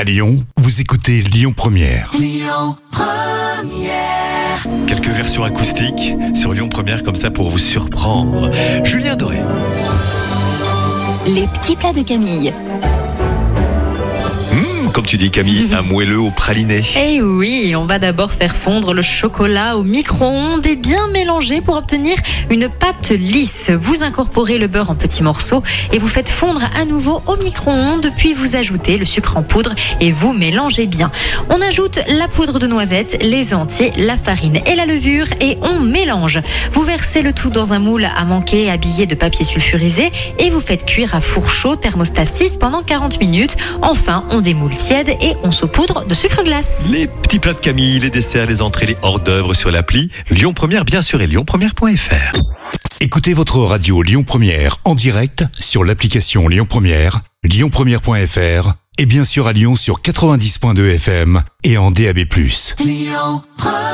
À Lyon, vous écoutez Lyon Première. Lyon Première. Quelques versions acoustiques sur Lyon Première comme ça pour vous surprendre. Julien Doré. Les petits plats de Camille. Comme tu dis Camille, un moelleux au praliné. Eh oui, on va d'abord faire fondre le chocolat au micro-ondes et bien mélanger pour obtenir une pâte lisse. Vous incorporez le beurre en petits morceaux et vous faites fondre à nouveau au micro-ondes, puis vous ajoutez le sucre en poudre et vous mélangez bien. On ajoute la poudre de noisettes, les œufs entiers, la farine et la levure et on mélange. Vous versez le tout dans un moule à manquer habillé de papier sulfurisé et vous faites cuire à four chaud thermostat 6 pendant 40 minutes. Enfin, on démoule tiède et on saupoudre de sucre glace. Les petits plats de Camille, les desserts, les entrées, les hors d'œuvre sur l'appli Lyon Première, bien sûr, et lyonpremière.fr. Écoutez votre radio Lyon Première en direct sur l'application Lyon Première, lyonpremière.fr et bien sûr à Lyon sur 90.2 FM et en DAB+. Lyon Première.